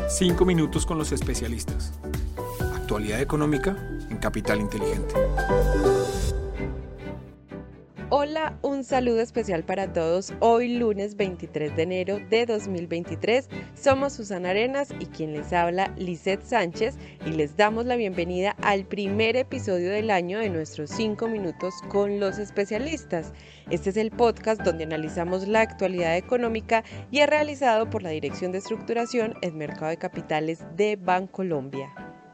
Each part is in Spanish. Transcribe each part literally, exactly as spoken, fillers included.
Cinco minutos con los especialistas. Actualidad económica en Capital Inteligente. Hola, un saludo especial para todos. Hoy lunes veintitrés de enero de dos mil veintitrés. Somos Susana Arenas y quien les habla, Lisette Sánchez, y les damos la bienvenida al primer episodio del año de nuestros cinco minutos con los especialistas. Este es el podcast donde analizamos la actualidad económica y es realizado por la Dirección de Estructuración en Mercado de Capitales de Bancolombia.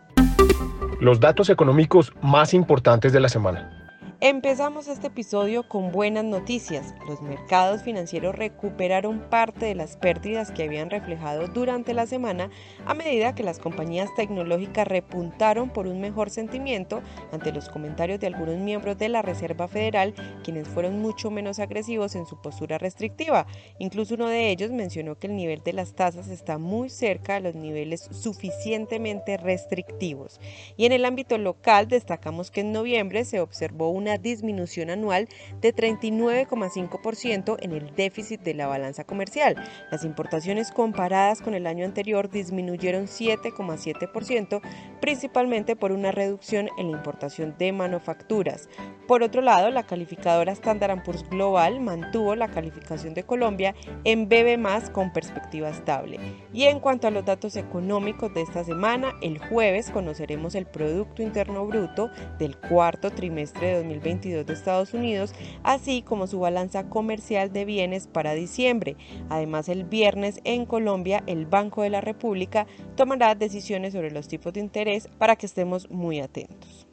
Los datos económicos más importantes de la semana. Empezamos este episodio con buenas noticias. Los mercados financieros recuperaron parte de las pérdidas que habían reflejado durante la semana a medida que las compañías tecnológicas repuntaron por un mejor sentimiento ante los comentarios de algunos miembros de la Reserva Federal, quienes fueron mucho menos agresivos en su postura restrictiva. Incluso uno de ellos mencionó que el nivel de las tasas está muy cerca de los niveles suficientemente restrictivos. Y en el ámbito local destacamos que en noviembre se observó una disminución anual de treinta y nueve coma cinco por ciento en el déficit de la balanza comercial. Las importaciones comparadas con el año anterior disminuyeron siete coma siete por ciento, principalmente por una reducción en la importación de manufacturas. Por otro lado, la calificadora Standard and Poor's Global mantuvo la calificación de Colombia en B B más con perspectiva estable. Y en cuanto a los datos económicos de esta semana, el jueves conoceremos el Producto Interno Bruto del cuarto trimestre de dos mil veintidós de Estados Unidos, así como su balanza comercial de bienes para diciembre. Además, el viernes en Colombia, el Banco de la República tomará decisiones sobre los tipos de interés para que estemos muy atentos.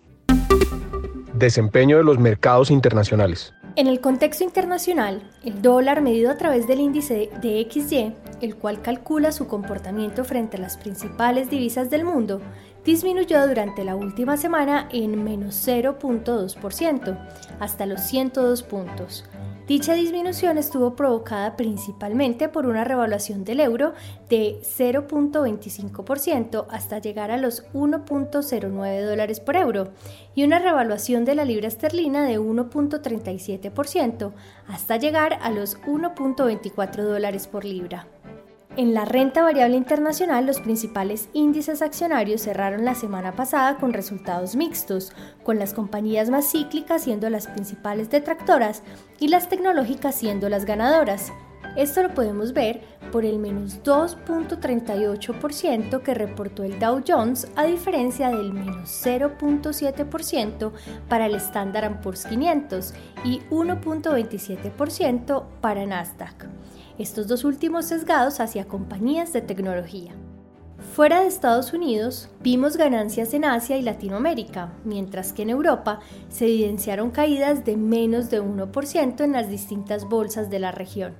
Desempeño de los mercados internacionales. En el contexto internacional, el dólar medido a través del índice de X Y, el cual calcula su comportamiento frente a las principales divisas del mundo, disminuyó durante la última semana en menos cero punto dos por ciento, hasta los ciento dos puntos. Dicha disminución estuvo provocada principalmente por una revaluación del euro de cero punto veinticinco por ciento hasta llegar a los uno punto cero nueve dólares por euro y una revaluación de la libra esterlina de uno punto treinta y siete por ciento hasta llegar a los uno punto veinticuatro dólares por libra. En la renta variable internacional, los principales índices accionarios cerraron la semana pasada con resultados mixtos, con las compañías más cíclicas siendo las principales detractoras y las tecnológicas siendo las ganadoras. Esto lo podemos ver por el menos dos punto treinta y ocho por ciento que reportó el Dow Jones, a diferencia del menos cero punto siete por ciento para el Standard and Poor's quinientos y uno punto veintisiete por ciento para Nasdaq. Estos dos últimos sesgados hacia compañías de tecnología. Fuera de Estados Unidos, vimos ganancias en Asia y Latinoamérica, mientras que en Europa se evidenciaron caídas de menos de uno por ciento en las distintas bolsas de la región.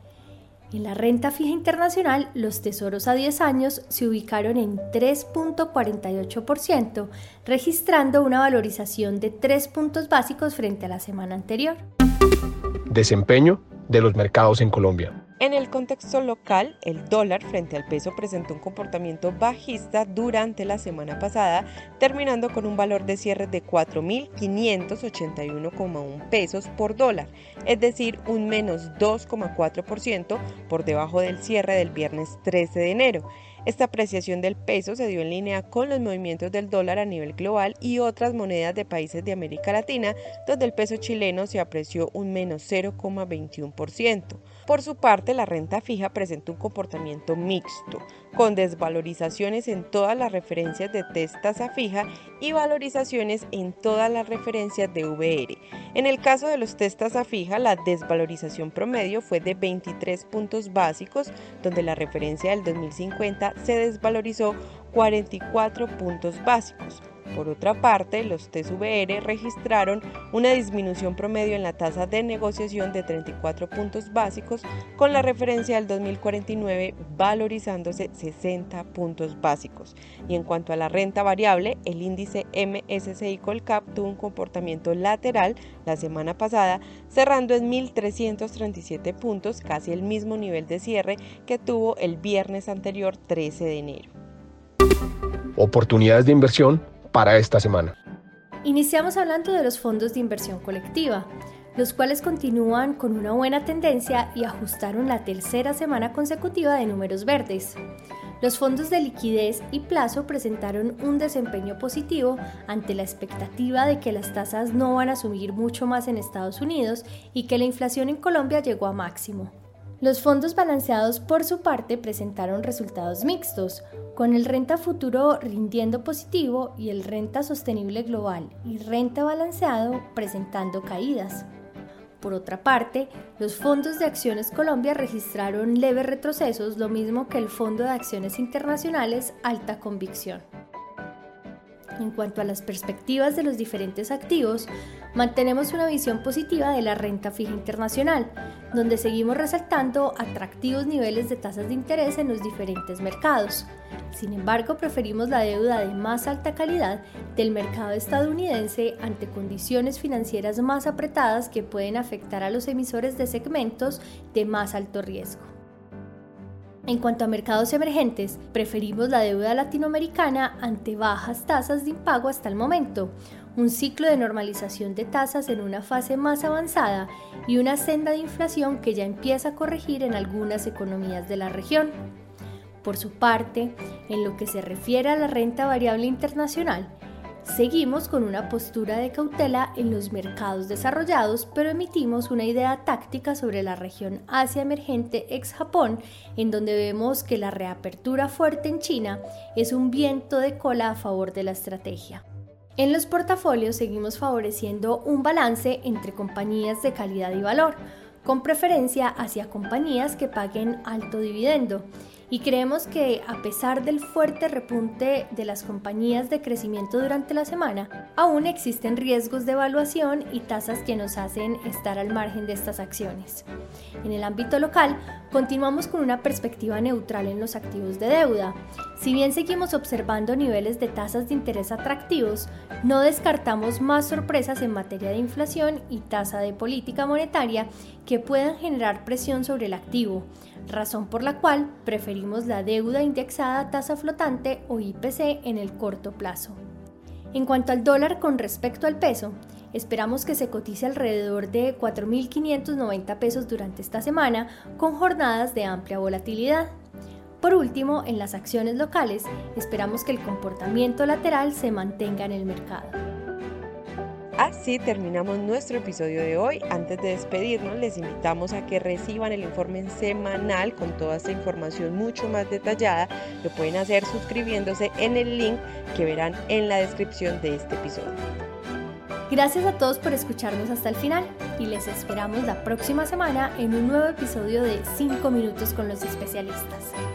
En la renta fija internacional, los tesoros a diez años se ubicaron en tres punto cuarenta y ocho por ciento, registrando una valorización de tres puntos básicos frente a la semana anterior. Desempeño de los mercados en Colombia. En el contexto local, el dólar frente al peso presentó un comportamiento bajista durante la semana pasada, terminando con un valor de cierre de cuatro mil quinientos ochenta y uno coma uno pesos por dólar, es decir, un menos dos coma cuatro por ciento por debajo del cierre del viernes trece de enero. Esta apreciación del peso se dio en línea con los movimientos del dólar a nivel global y otras monedas de países de América Latina, donde el peso chileno se apreció un menos cero coma veintiuno por ciento. Por su parte, la renta fija presentó un comportamiento mixto, con desvalorizaciones en todas las referencias de test tasa fija y valorizaciones en todas las referencias de V R. En el caso de los test tasa fija, la desvalorización promedio fue de veintitrés puntos básicos, donde la referencia del dos mil cincuenta se desvalorizó cuarenta y cuatro puntos básicos. Por otra parte, los test V R registraron una disminución promedio en la tasa de negociación de treinta y cuatro puntos básicos, con la referencia del dos mil cuarenta y nueve valorizándose sesenta puntos básicos. Y en cuanto a la renta variable, el índice M S C I Colcap tuvo un comportamiento lateral la semana pasada, cerrando en mil trescientos treinta y siete puntos, casi el mismo nivel de cierre que tuvo el viernes anterior, trece de enero. Oportunidades de inversión para esta semana. Iniciamos hablando de los fondos de inversión colectiva. los cuales continúan con una buena tendencia y ajustaron la tercera semana consecutiva de números verdes. Los fondos de liquidez y plazo presentaron un desempeño positivo ante la expectativa de que las tasas no van a subir mucho más en Estados Unidos y que la inflación en Colombia llegó a máximo. Los fondos balanceados, por su parte, presentaron resultados mixtos, con el renta futuro rindiendo positivo y el renta sostenible global y renta balanceado presentando caídas. Por otra parte, los fondos de acciones Colombia registraron leves retrocesos, lo mismo que el Fondo de Acciones Internacionales Alta Convicción. En cuanto a las perspectivas de los diferentes activos, mantenemos una visión positiva de la renta fija internacional, donde seguimos resaltando atractivos niveles de tasas de interés en los diferentes mercados. Sin embargo, preferimos la deuda de más alta calidad del mercado estadounidense ante condiciones financieras más apretadas que pueden afectar a los emisores de segmentos de más alto riesgo. En cuanto a mercados emergentes, preferimos la deuda latinoamericana ante bajas tasas de impago hasta el momento, un ciclo de normalización de tasas en una fase más avanzada y una senda de inflación que ya empieza a corregir en algunas economías de la región. Por su parte, en lo que se refiere a la renta variable internacional, seguimos con una postura de cautela en los mercados desarrollados, pero emitimos una idea táctica sobre la región Asia emergente ex-Japón, en donde vemos que la reapertura fuerte en China es un viento de cola a favor de la estrategia. En los portafolios seguimos favoreciendo un balance entre compañías de calidad y valor, con preferencia hacia compañías que paguen alto dividendo. Y creemos que, a pesar del fuerte repunte de las compañías de crecimiento durante la semana, aún existen riesgos de evaluación y tasas que nos hacen estar al margen de estas acciones. En el ámbito local, continuamos con una perspectiva neutral en los activos de deuda. Si bien seguimos observando niveles de tasas de interés atractivos, no descartamos más sorpresas en materia de inflación y tasa de política monetaria que puedan generar presión sobre el activo, razón por la cual preferimos la deuda indexada a tasa flotante o I P C en el corto plazo. En cuanto al dólar con respecto al peso, esperamos que se cotice alrededor de cuatro mil quinientos noventa pesos durante esta semana, con jornadas de amplia volatilidad. Por último, en las acciones locales, esperamos que el comportamiento lateral se mantenga en el mercado. Así terminamos nuestro episodio de hoy. Antes de despedirnos, les invitamos a que reciban el informe semanal con toda esta información mucho más detallada. Lo pueden hacer suscribiéndose en el link que verán en la descripción de este episodio. Gracias a todos por escucharnos hasta el final y les esperamos la próxima semana en un nuevo episodio de cinco minutos con los especialistas.